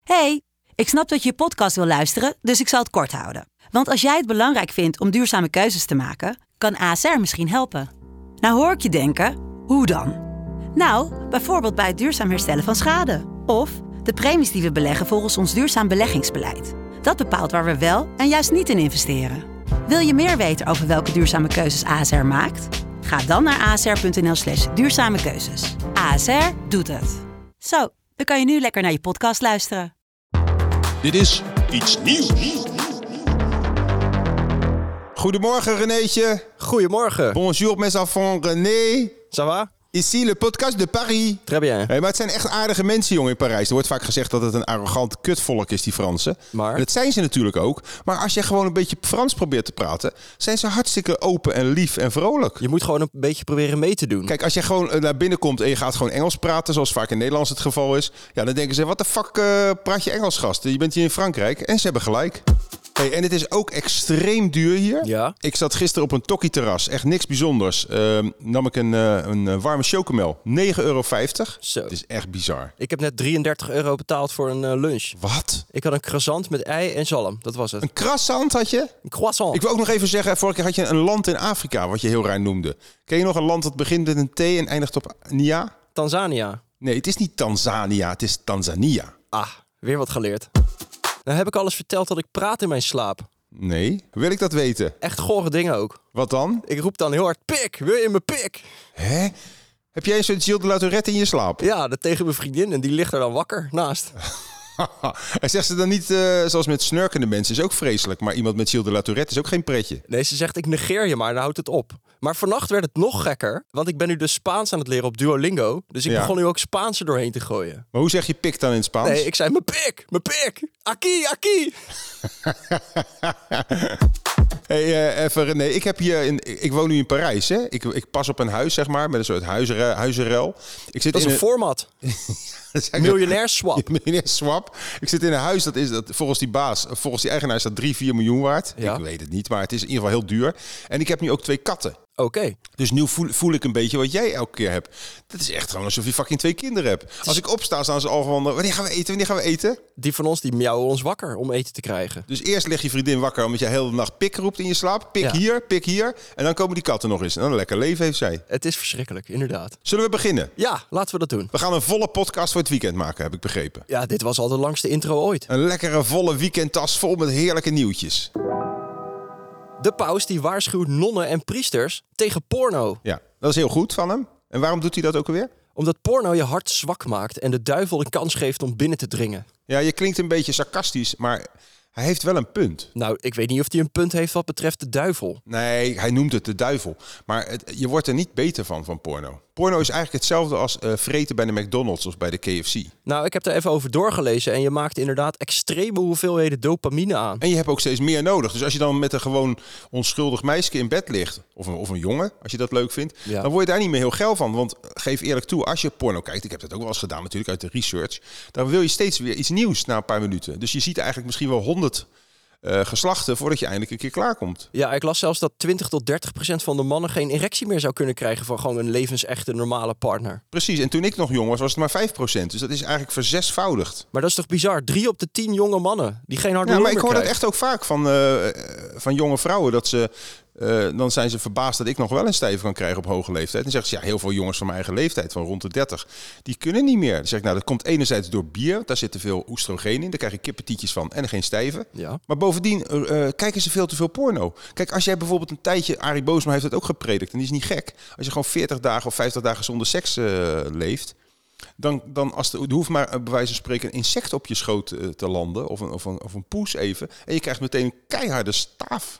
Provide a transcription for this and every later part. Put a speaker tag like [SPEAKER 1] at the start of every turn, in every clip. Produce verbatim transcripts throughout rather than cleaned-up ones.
[SPEAKER 1] Hey, ik snap dat je je podcast wil luisteren, dus ik zal het kort houden. Want als jij het belangrijk vindt om duurzame keuzes te maken, kan A S R misschien helpen. Nou hoor ik je denken, hoe dan? Nou, bijvoorbeeld bij het duurzaam herstellen van schade. Of de premies die we beleggen volgens ons duurzaam beleggingsbeleid. Dat bepaalt waar we wel en juist niet in investeren. Wil je meer weten over welke duurzame keuzes A S R maakt? Ga dan naar asr.nl slash duurzame keuzes. A S R doet het. Zo, dan kan je nu lekker naar je podcast luisteren.
[SPEAKER 2] Dit is Iets Nieuws.
[SPEAKER 3] Goedemorgen Renéetje.
[SPEAKER 4] Goedemorgen.
[SPEAKER 3] Bonjour mes enfants, René.
[SPEAKER 4] Ça va?
[SPEAKER 3] Ici le podcast de Paris.
[SPEAKER 4] Très bien.
[SPEAKER 3] Hey, maar het zijn echt aardige mensen, jongen, in Parijs. Er wordt vaak gezegd dat het een arrogant kutvolk is, die Fransen.
[SPEAKER 4] Maar?
[SPEAKER 3] En dat zijn ze natuurlijk ook. Maar als je gewoon een beetje Frans probeert te praten, zijn ze hartstikke open en lief en vrolijk.
[SPEAKER 4] Je moet gewoon een beetje proberen mee te doen.
[SPEAKER 3] Kijk, als je gewoon naar binnen komt en je gaat gewoon Engels praten, zoals vaak in Nederlands het geval is, ja, dan denken ze, wat de fuck uh, praat je Engels, gast? Je bent hier in Frankrijk. En ze hebben gelijk. Hey, en het is ook extreem duur hier.
[SPEAKER 4] Ja.
[SPEAKER 3] Ik zat gisteren op een tokkie-terras. Echt niks bijzonders. Uh, nam ik een, uh, een warme chocomel. negen euro vijftig.
[SPEAKER 4] Zo.
[SPEAKER 3] Het is echt bizar.
[SPEAKER 4] Ik heb net drieëndertig euro betaald voor een uh, lunch.
[SPEAKER 3] Wat?
[SPEAKER 4] Ik had een croissant met ei en zalm. Dat was het.
[SPEAKER 3] Een croissant had je?
[SPEAKER 4] Een croissant.
[SPEAKER 3] Ik wil ook nog even zeggen, vorige keer had je een land in Afrika, wat je heel raar noemde. Ken je nog een land dat begint met een T en eindigt op Nia?
[SPEAKER 4] Tanzania.
[SPEAKER 3] Nee, het is niet Tanzania, het is Tanzania.
[SPEAKER 4] Ah, weer wat geleerd. Nou heb ik alles verteld dat ik praat in mijn slaap.
[SPEAKER 3] Nee, wil ik dat weten?
[SPEAKER 4] Echt gore dingen ook.
[SPEAKER 3] Wat dan?
[SPEAKER 4] Ik roep dan heel hard, pik, wil je in mijn pik?
[SPEAKER 3] Hè? Heb jij zo'n Gilles de La Tourette in je slaap?
[SPEAKER 4] Ja, dat tegen mijn vriendin en die ligt er dan wakker naast.
[SPEAKER 3] En zegt ze dan niet, uh, zoals met snurkende mensen, is ook vreselijk. Maar iemand met Gilles de La Tourette is ook geen pretje.
[SPEAKER 4] Nee, ze zegt, ik negeer je maar, dan houdt het op. Maar vannacht werd het nog gekker, want ik ben nu dus Spaans aan het leren op Duolingo. Dus ik ja. begon nu ook Spaans er doorheen te gooien.
[SPEAKER 3] Maar hoe zeg je pik dan in het Spaans?
[SPEAKER 4] Nee, ik zei, mijn pik, mijn pik, aquí, aquí.
[SPEAKER 3] Hey, uh, even René, ik heb hier in, ik woon nu in Parijs, hè? Ik, ik pas op een huis, zeg maar, met een soort huizenruil. huizenruil. Ik zit
[SPEAKER 4] dat is
[SPEAKER 3] in
[SPEAKER 4] een format. Miljonair swap.
[SPEAKER 3] Miljonair swap. Ik zit in een huis, dat is dat volgens die baas, volgens die eigenaar is dat drie, vier miljoen waard. Ja. Ik weet het niet, maar het is in ieder geval heel duur. En ik heb nu ook twee katten.
[SPEAKER 4] Oké. Okay.
[SPEAKER 3] Dus nu voel, voel ik een beetje wat jij elke keer hebt. Dat is echt gewoon alsof je fucking twee kinderen hebt. Als ik opsta, staan ze al van, wanneer gaan we eten, wanneer gaan we eten?
[SPEAKER 4] Die van ons, die miauwen ons wakker om eten te krijgen.
[SPEAKER 3] Dus eerst leg je vriendin wakker omdat je heel de nacht pik roept in je slaap. Pik ja. hier, pik hier. En dan komen die katten nog eens. En dan een lekker leven heeft zij.
[SPEAKER 4] Het is verschrikkelijk, inderdaad.
[SPEAKER 3] Zullen we beginnen?
[SPEAKER 4] Ja, laten we dat doen.
[SPEAKER 3] We gaan een volle podcast voor het weekend maken, heb ik begrepen.
[SPEAKER 4] Ja, dit was al de langste intro ooit.
[SPEAKER 3] Een lekkere volle weekendtas vol met heerlijke nieuwtjes.
[SPEAKER 4] De paus die waarschuwt nonnen en priesters tegen porno.
[SPEAKER 3] Ja, dat is heel goed van hem. En waarom doet hij dat ook alweer?
[SPEAKER 4] Omdat porno je hart zwak maakt en de duivel een kans geeft om binnen te dringen.
[SPEAKER 3] Ja, je klinkt een beetje sarcastisch, maar hij heeft wel een punt.
[SPEAKER 4] Nou, ik weet niet of hij een punt heeft wat betreft de duivel.
[SPEAKER 3] Nee, hij noemt het de duivel. Maar het, je wordt er niet beter van, van porno. Porno is eigenlijk hetzelfde als uh, vreten bij de McDonald's of bij de K F C.
[SPEAKER 4] Nou, ik heb er even over doorgelezen en je maakt inderdaad extreme hoeveelheden dopamine aan.
[SPEAKER 3] En je hebt ook steeds meer nodig. Dus als je dan met een gewoon onschuldig meisje in bed ligt, of een, of een jongen, als je dat leuk vindt, ja. dan word je daar niet meer heel geil van. Want geef eerlijk toe, als je porno kijkt, ik heb dat ook wel eens gedaan natuurlijk uit de research, dan wil je steeds weer iets nieuws na een paar minuten. Dus je ziet eigenlijk misschien wel honderd Uh, geslachten voordat je eindelijk een keer klaarkomt.
[SPEAKER 4] Ja, ik las zelfs dat twintig tot dertig procent van de mannen geen erectie meer zou kunnen krijgen van gewoon een levensechte normale partner.
[SPEAKER 3] Precies, en toen ik nog jong was, was het maar vijf procent. Dus dat is eigenlijk verzesvoudigd.
[SPEAKER 4] Maar dat is toch bizar? Drie op de tien jonge mannen die geen harde
[SPEAKER 3] ja,
[SPEAKER 4] longen
[SPEAKER 3] maar ik hoor
[SPEAKER 4] krijgen.
[SPEAKER 3] dat echt ook vaak van, uh, van jonge vrouwen, dat ze Uh, dan zijn ze verbaasd dat ik nog wel een stijve kan krijgen op hoge leeftijd. En dan zeggen ze, ja, heel veel jongens van mijn eigen leeftijd, van rond de dertig, die kunnen niet meer. Dan zeg ik, nou, dat komt enerzijds door bier. Daar zit te veel oestrogeen in. Daar krijg je kippetietjes van en geen stijve.
[SPEAKER 4] Ja.
[SPEAKER 3] Maar bovendien uh, kijken ze veel te veel porno. Kijk, als jij bijvoorbeeld een tijdje, Arie Boomsma heeft dat ook gepredikt, en die is niet gek. Als je gewoon veertig dagen of vijftig dagen zonder seks uh, leeft, Dan, dan als er, er hoeft maar bij wijze van spreken een insect op je schoot uh, te landen. Of een, of, een, of een poes even. En je krijgt meteen een keiharde staaf.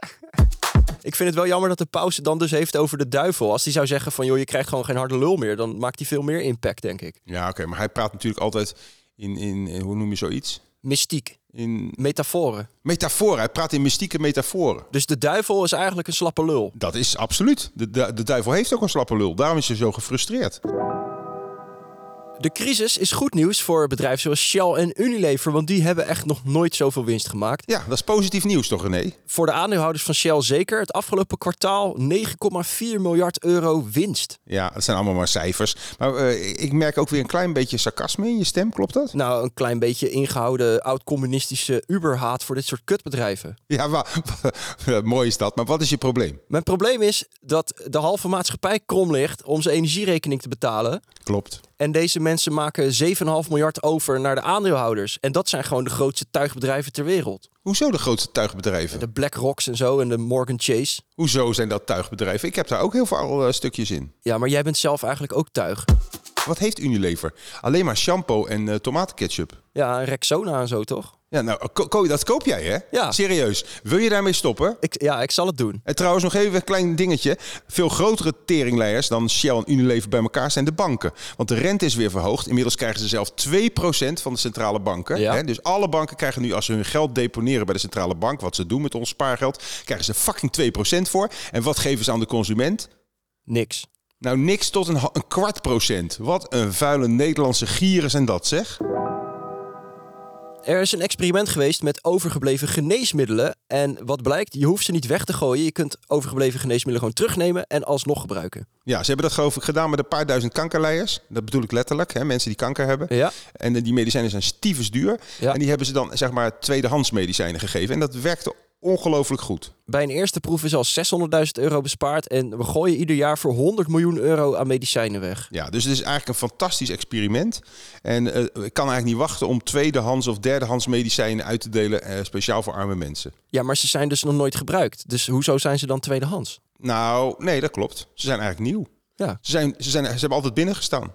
[SPEAKER 4] Ik vind het wel jammer dat de paus het dan dus heeft over de duivel. Als hij zou zeggen van, joh, je krijgt gewoon geen harde lul meer, dan maakt hij veel meer impact, denk ik.
[SPEAKER 3] Ja, oké, okay, maar hij praat natuurlijk altijd in, in, in, hoe noem je zoiets?
[SPEAKER 4] Mystiek.
[SPEAKER 3] In
[SPEAKER 4] metaforen.
[SPEAKER 3] Metaforen, hij praat in mystieke metaforen.
[SPEAKER 4] Dus de duivel is eigenlijk een slappe lul.
[SPEAKER 3] Dat is absoluut. De, de, de duivel heeft ook een slappe lul. Daarom is hij zo gefrustreerd.
[SPEAKER 4] De crisis is goed nieuws voor bedrijven zoals Shell en Unilever, want die hebben echt nog nooit zoveel winst gemaakt.
[SPEAKER 3] Ja, dat is positief nieuws toch, René?
[SPEAKER 4] Voor de aandeelhouders van Shell zeker. Het afgelopen kwartaal negen komma vier miljard euro winst.
[SPEAKER 3] Ja, dat zijn allemaal maar cijfers. Maar uh, ik merk ook weer een klein beetje sarcasme in je stem, klopt dat?
[SPEAKER 4] Nou, een klein beetje ingehouden oud-communistische uberhaat voor dit soort kutbedrijven.
[SPEAKER 3] Ja, wa- wa- mooi is dat. Maar wat is je probleem?
[SPEAKER 4] Mijn probleem is dat de halve maatschappij krom ligt om zijn energierekening te betalen.
[SPEAKER 3] Klopt.
[SPEAKER 4] En deze mensen maken zeven komma vijf miljard over naar de aandeelhouders. En dat zijn gewoon de grootste tuigbedrijven ter wereld.
[SPEAKER 3] Hoezo de grootste tuigbedrijven?
[SPEAKER 4] De BlackRocks en zo en de Morgan Chase.
[SPEAKER 3] Hoezo zijn dat tuigbedrijven? Ik heb daar ook heel veel uh, stukjes in.
[SPEAKER 4] Ja, maar jij bent zelf eigenlijk ook tuig.
[SPEAKER 3] Wat heeft Unilever? Alleen maar shampoo en uh, tomatenketchup.
[SPEAKER 4] Ja, en Rexona en zo, toch?
[SPEAKER 3] Ja, nou, ko- ko- dat koop jij, hè?
[SPEAKER 4] Ja.
[SPEAKER 3] Serieus. Wil je daarmee stoppen?
[SPEAKER 4] Ik, ja, ik zal het doen.
[SPEAKER 3] En trouwens nog even een klein dingetje. Veel grotere teringleiers dan Shell en Unilever bij elkaar zijn de banken. Want de rente is weer verhoogd. Inmiddels krijgen ze zelf twee procent van de centrale banken.
[SPEAKER 4] Ja.
[SPEAKER 3] Hè? Dus alle banken krijgen nu, als ze hun geld deponeren bij de centrale bank, wat ze doen met ons spaargeld, krijgen ze fucking twee procent voor. En wat geven ze aan de consument?
[SPEAKER 4] Niks.
[SPEAKER 3] Nou, niks tot een, ha- een kwart procent. Wat een vuile Nederlandse gieren zijn dat, zeg.
[SPEAKER 4] Er is een experiment geweest met overgebleven geneesmiddelen. En wat blijkt, je hoeft ze niet weg te gooien. Je kunt overgebleven geneesmiddelen gewoon terugnemen en alsnog gebruiken.
[SPEAKER 3] Ja, ze hebben dat geloof ik gedaan met een paar duizend kankerleiers. Dat bedoel ik letterlijk, hè? Mensen die kanker hebben.
[SPEAKER 4] Ja.
[SPEAKER 3] En uh, die medicijnen zijn stiefens duur.
[SPEAKER 4] Ja.
[SPEAKER 3] En die hebben ze dan, zeg maar, tweedehands medicijnen gegeven. En dat werkte ongelooflijk goed.
[SPEAKER 4] Bij een eerste proef is al zeshonderdduizend euro bespaard. En we gooien ieder jaar voor honderd miljoen euro aan medicijnen weg.
[SPEAKER 3] Ja, dus het is eigenlijk een fantastisch experiment. En uh, ik kan eigenlijk niet wachten om tweedehands of derdehands medicijnen uit te delen. Uh, speciaal voor arme mensen.
[SPEAKER 4] Ja, maar ze zijn dus nog nooit gebruikt. Dus hoezo zijn ze dan tweedehands?
[SPEAKER 3] Nou, nee, dat klopt. Ze zijn eigenlijk nieuw.
[SPEAKER 4] Ja.
[SPEAKER 3] Ze, zijn, ze, zijn, ze hebben altijd binnengestaan.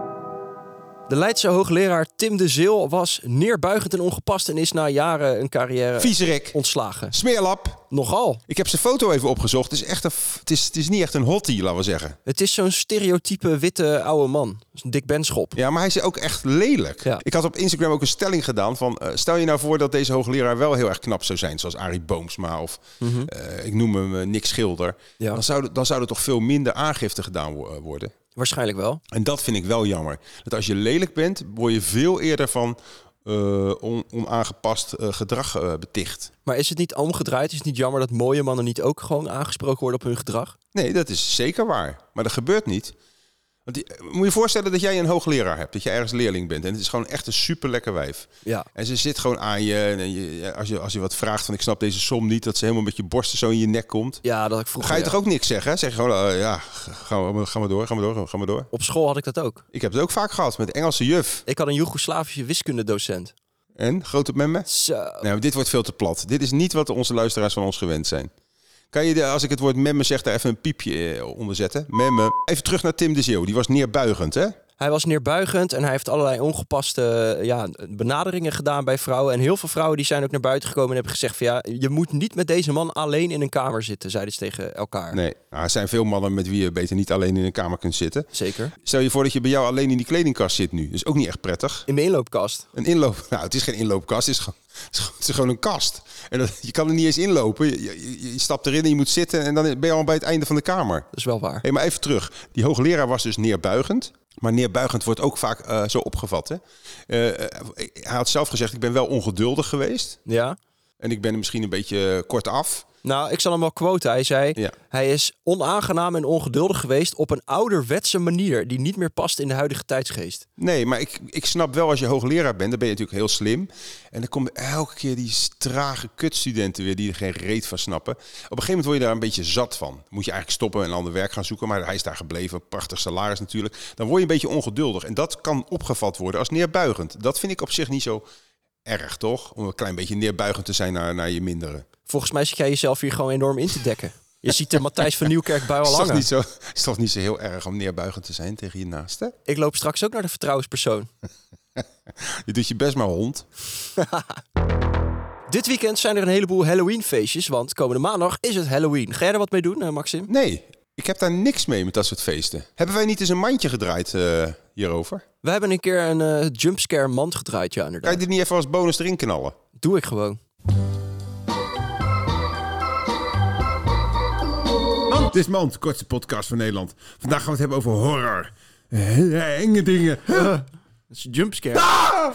[SPEAKER 4] De Leidse hoogleraar Tim de Zeel was neerbuigend en ongepast en is na jaren een carrière
[SPEAKER 3] Viezerik.
[SPEAKER 4] ontslagen.
[SPEAKER 3] Smeerlap.
[SPEAKER 4] Nogal.
[SPEAKER 3] Ik heb zijn foto even opgezocht. Het is, echt een, het is, het is niet echt een hottie, laten we zeggen.
[SPEAKER 4] Het is zo'n stereotype witte oude man. Een Dick Benschop.
[SPEAKER 3] Ja, maar hij is ook echt lelijk.
[SPEAKER 4] Ja.
[SPEAKER 3] Ik had op Instagram ook een stelling gedaan van, uh, stel je nou voor dat deze hoogleraar wel heel erg knap zou zijn, zoals Arie Boomsma of
[SPEAKER 4] Mm-hmm.
[SPEAKER 3] uh, ik noem hem uh, Nick Schilder.
[SPEAKER 4] Ja.
[SPEAKER 3] Dan, zou, dan zou er toch veel minder aangifte gedaan wo- worden.
[SPEAKER 4] Waarschijnlijk wel.
[SPEAKER 3] En dat vind ik wel jammer. Dat als je lelijk bent, word je veel eerder van uh, on, onaangepast uh, gedrag uh, beticht.
[SPEAKER 4] Maar is het niet omgedraaid? Is het niet jammer dat mooie mannen niet ook gewoon aangesproken worden op hun gedrag?
[SPEAKER 3] Nee, dat is zeker waar. Maar dat gebeurt niet. Want die, moet je je voorstellen dat jij een hoogleraar hebt. Dat je ergens leerling bent. En het is gewoon echt een super lekker wijf.
[SPEAKER 4] Ja.
[SPEAKER 3] En ze zit gewoon aan je. En je, als, je als je wat vraagt van ik snap deze som niet. Dat ze helemaal met je borsten zo in je nek komt.
[SPEAKER 4] Ja, dat ik
[SPEAKER 3] Dan
[SPEAKER 4] vroeger...
[SPEAKER 3] ga je
[SPEAKER 4] ja.
[SPEAKER 3] toch ook niks zeggen? Zeg je gewoon, uh, ja, gaan we, gaan we door, gaan we door, gaan we door.
[SPEAKER 4] Op school had ik dat ook.
[SPEAKER 3] Ik heb het ook vaak gehad met de Engelse juf.
[SPEAKER 4] Ik had een Joegoslavische wiskundedocent.
[SPEAKER 3] En? Grote memme?
[SPEAKER 4] Zo.
[SPEAKER 3] Nee, maar dit wordt veel te plat. Dit is niet wat onze luisteraars van ons gewend zijn. Kan je, de, als ik het woord memme zeg, daar even een piepje eh, onder zetten? Memme. Even terug naar Tim de Zeeuw. Die was neerbuigend, hè?
[SPEAKER 4] Hij was neerbuigend en hij heeft allerlei ongepaste ja, benaderingen gedaan bij vrouwen. En heel veel vrouwen die zijn ook naar buiten gekomen en hebben gezegd van ja, je moet niet met deze man alleen in een kamer zitten, zeiden ze tegen elkaar.
[SPEAKER 3] Nee, nou, er zijn veel mannen met wie je beter niet alleen in een kamer kunt zitten.
[SPEAKER 4] Zeker.
[SPEAKER 3] Stel je voor dat je bij jou alleen in die kledingkast zit nu. Dat is ook niet echt prettig.
[SPEAKER 4] In mijn inloopkast.
[SPEAKER 3] Een inloop... Nou, het is geen inloopkast. Het is gewoon, het is gewoon, het is gewoon een kast. En dat, je kan er niet eens inlopen. Je, je, je stapt erin en je moet zitten en dan ben je al bij het einde van de kamer.
[SPEAKER 4] Dat is wel waar.
[SPEAKER 3] Hey, maar even terug. Die hoogleraar was dus neerbuigend. Maar neerbuigend wordt ook vaak uh, zo opgevat. Hè? Uh, hij had zelf gezegd, ik ben wel ongeduldig geweest.
[SPEAKER 4] Ja.
[SPEAKER 3] En ik ben misschien een beetje kortaf.
[SPEAKER 4] Nou, ik zal hem wel quoten. Hij zei,
[SPEAKER 3] Ja.
[SPEAKER 4] hij is onaangenaam en ongeduldig geweest op een ouderwetse manier die niet meer past in de huidige tijdsgeest.
[SPEAKER 3] Nee, maar ik, ik snap wel als je hoogleraar bent, dan ben je natuurlijk heel slim. En dan komen elke keer die trage kutstudenten weer die er geen reet van snappen. Op een gegeven moment word je daar een beetje zat van. Dan moet je eigenlijk stoppen en een ander werk gaan zoeken. Maar hij is daar gebleven, prachtig salaris natuurlijk. Dan word je een beetje ongeduldig. En dat kan opgevat worden als neerbuigend. Dat vind ik op zich niet zo erg, toch? Om een klein beetje neerbuigend te zijn naar, naar je minderen.
[SPEAKER 4] Volgens mij zit jij jezelf hier gewoon enorm in te dekken. Je ziet de Matthijs van Nieuwkerk bui al
[SPEAKER 3] Is toch,
[SPEAKER 4] hangen.
[SPEAKER 3] niet zo, is toch niet zo heel erg om neerbuigend te zijn tegen je naaste?
[SPEAKER 4] Ik loop straks ook naar de vertrouwenspersoon.
[SPEAKER 3] Je doet je best maar, hond.
[SPEAKER 4] Dit weekend zijn er een heleboel Halloween-feestjes, want komende maandag is het Halloween. Ga jij er wat mee doen, Maxim?
[SPEAKER 3] Nee, ik heb daar niks mee met dat soort feesten. Hebben wij niet eens een mandje gedraaid uh, hierover?
[SPEAKER 4] We hebben een keer een uh, jumpscare mand gedraaid, ja inderdaad.
[SPEAKER 3] Kan je dit niet even als bonus erin knallen?
[SPEAKER 4] Doe ik gewoon.
[SPEAKER 5] Dit is Mand, de kortste podcast van Nederland. Vandaag gaan we het hebben over horror. Uh, enge dingen.
[SPEAKER 4] Uh, dat is een jumpscare.
[SPEAKER 5] Ah!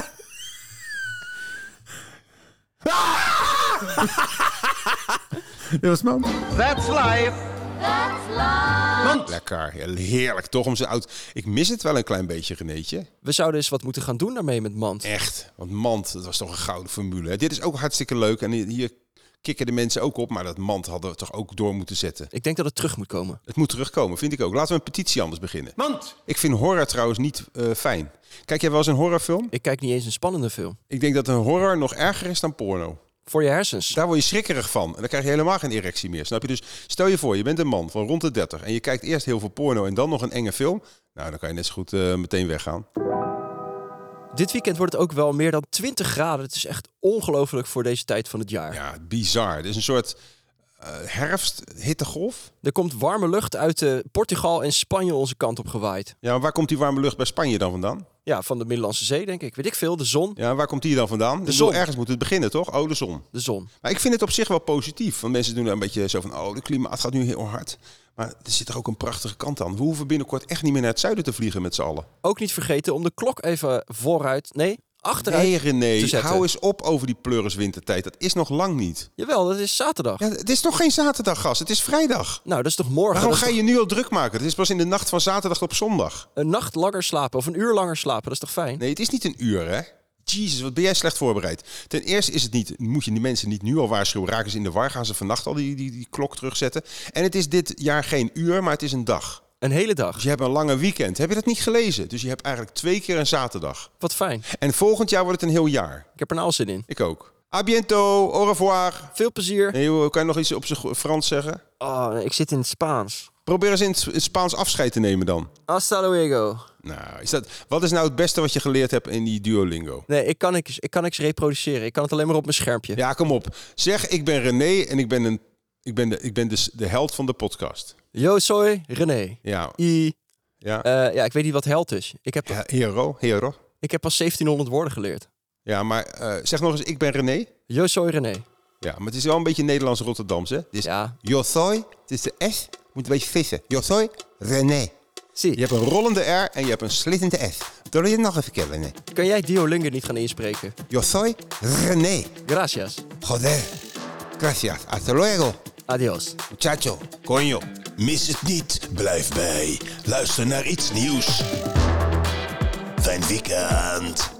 [SPEAKER 5] Dat was man.
[SPEAKER 6] That's life.
[SPEAKER 7] That's life.
[SPEAKER 3] Lekker, ja, heerlijk toch om zijn oud. Ik mis het wel een klein beetje, Renéetje.
[SPEAKER 4] We zouden eens wat moeten gaan doen daarmee met Mand.
[SPEAKER 3] Echt, want Mand, dat was toch een gouden formule. Hè? Dit is ook hartstikke leuk en hier kikken de mensen ook op, maar dat Mand hadden we toch ook door moeten zetten.
[SPEAKER 4] Ik denk dat het terug moet komen.
[SPEAKER 3] Het moet terugkomen, vind ik ook. Laten we een petitie anders beginnen.
[SPEAKER 6] Mand.
[SPEAKER 3] Ik vind horror trouwens niet uh, fijn. Kijk jij wel eens een horrorfilm?
[SPEAKER 4] Ik kijk niet eens een spannende film.
[SPEAKER 3] Ik denk dat een horror nog erger is dan porno.
[SPEAKER 4] Voor je hersens.
[SPEAKER 3] Daar word je schrikkerig van. En dan krijg je helemaal geen erectie meer. Snap je? Dus stel je voor, je bent een man van rond de dertig en je kijkt eerst heel veel porno en dan nog een enge film. Nou, dan kan je net zo goed uh, meteen weggaan.
[SPEAKER 4] Dit weekend wordt het ook wel meer dan twintig graden. Het is echt ongelooflijk voor deze tijd van het jaar.
[SPEAKER 3] Ja, bizar. Het is een soort uh, herfsthittegolf.
[SPEAKER 4] Er komt warme lucht uit uh, Portugal en Spanje onze kant op gewaaid.
[SPEAKER 3] Ja, maar waar komt die warme lucht bij Spanje dan vandaan?
[SPEAKER 4] Ja, van de Middellandse Zee, denk ik. Weet ik veel, de zon.
[SPEAKER 3] Ja, waar komt die dan vandaan?
[SPEAKER 4] De
[SPEAKER 3] Ik
[SPEAKER 4] zon.
[SPEAKER 3] bedoel, ergens moet het beginnen, toch? Oh, de zon.
[SPEAKER 4] De zon.
[SPEAKER 3] Maar ik vind het op zich wel positief. Want mensen doen er een beetje zo van, oh, de klimaat gaat nu heel hard. Maar er zit er ook een prachtige kant aan. We hoeven binnenkort echt niet meer naar het zuiden te vliegen met z'n allen.
[SPEAKER 4] Ook niet vergeten om de klok even vooruit, nee, achteruit
[SPEAKER 3] Nee,
[SPEAKER 4] te
[SPEAKER 3] René,
[SPEAKER 4] zetten.
[SPEAKER 3] hou eens op over die pleuris wintertijd. Dat is nog lang niet.
[SPEAKER 4] Jawel, dat is zaterdag.
[SPEAKER 3] Ja, het is nog geen zaterdag, gast. Het is vrijdag.
[SPEAKER 4] Nou, dat is toch morgen?
[SPEAKER 3] Waarom
[SPEAKER 4] Dat is
[SPEAKER 3] ga
[SPEAKER 4] toch
[SPEAKER 3] je nu al druk maken? Het is pas in de nacht van zaterdag op zondag.
[SPEAKER 4] een nacht langer slapen of een uur langer slapen, dat is toch fijn?
[SPEAKER 3] Nee, het is niet een uur, hè? Jezus, wat ben jij slecht voorbereid. Ten eerste is het niet, moet je die mensen niet nu al waarschuwen. Raken ze in de war, gaan ze vannacht al die, die, die klok terugzetten. En het is dit jaar geen uur, maar het is een dag.
[SPEAKER 4] Een hele dag.
[SPEAKER 3] Dus je hebt een lange weekend. Heb je dat niet gelezen? Dus je hebt eigenlijk twee keer een zaterdag.
[SPEAKER 4] Wat fijn.
[SPEAKER 3] En volgend jaar wordt het een heel jaar.
[SPEAKER 4] Ik heb er nou al zin in.
[SPEAKER 3] Ik ook. A biento, au revoir.
[SPEAKER 4] Veel plezier.
[SPEAKER 3] Nee, joh, kan je nog iets op zijn Frans zeggen?
[SPEAKER 4] Oh, nee, ik zit in het Spaans.
[SPEAKER 3] Probeer eens in het, in het Spaans afscheid te nemen dan.
[SPEAKER 4] Hasta luego.
[SPEAKER 3] Nou, is dat, wat is nou het beste wat je geleerd hebt in die Duolingo?
[SPEAKER 4] Nee, ik kan niks, ik kan niks reproduceren. Ik kan het alleen maar op mijn schermpje.
[SPEAKER 3] Ja, kom op. Zeg, ik ben René en ik ben, een, ik ben, de, ik ben dus de held van de podcast.
[SPEAKER 4] Yo soy René.
[SPEAKER 3] Ja,
[SPEAKER 4] I.
[SPEAKER 3] ja.
[SPEAKER 4] Uh, ja, ik weet niet wat held is. Ik heb,
[SPEAKER 3] ja hero, hero.
[SPEAKER 4] ik heb pas zeventienhonderd woorden geleerd.
[SPEAKER 3] Ja, maar uh, zeg nog eens, ik ben René.
[SPEAKER 4] Yo soy René.
[SPEAKER 3] Ja, maar het is wel een beetje Nederlands-Rotterdams, hè? Dus
[SPEAKER 4] Ja.
[SPEAKER 3] yo soy, het is de S, moet een beetje vissen. Yo soy René.
[SPEAKER 4] Zie,
[SPEAKER 3] Je hebt een rollende R en je hebt een slittende S. Doe je het nog even keer, René.
[SPEAKER 4] kan jij Duolingo niet gaan inspreken?
[SPEAKER 3] Yo soy René.
[SPEAKER 4] Gracias.
[SPEAKER 3] Joder. Gracias. Hasta luego.
[SPEAKER 4] Adios.
[SPEAKER 3] Muchacho.
[SPEAKER 2] Coño, mis het niet. Blijf bij. Luister naar iets nieuws. Fijn weekend.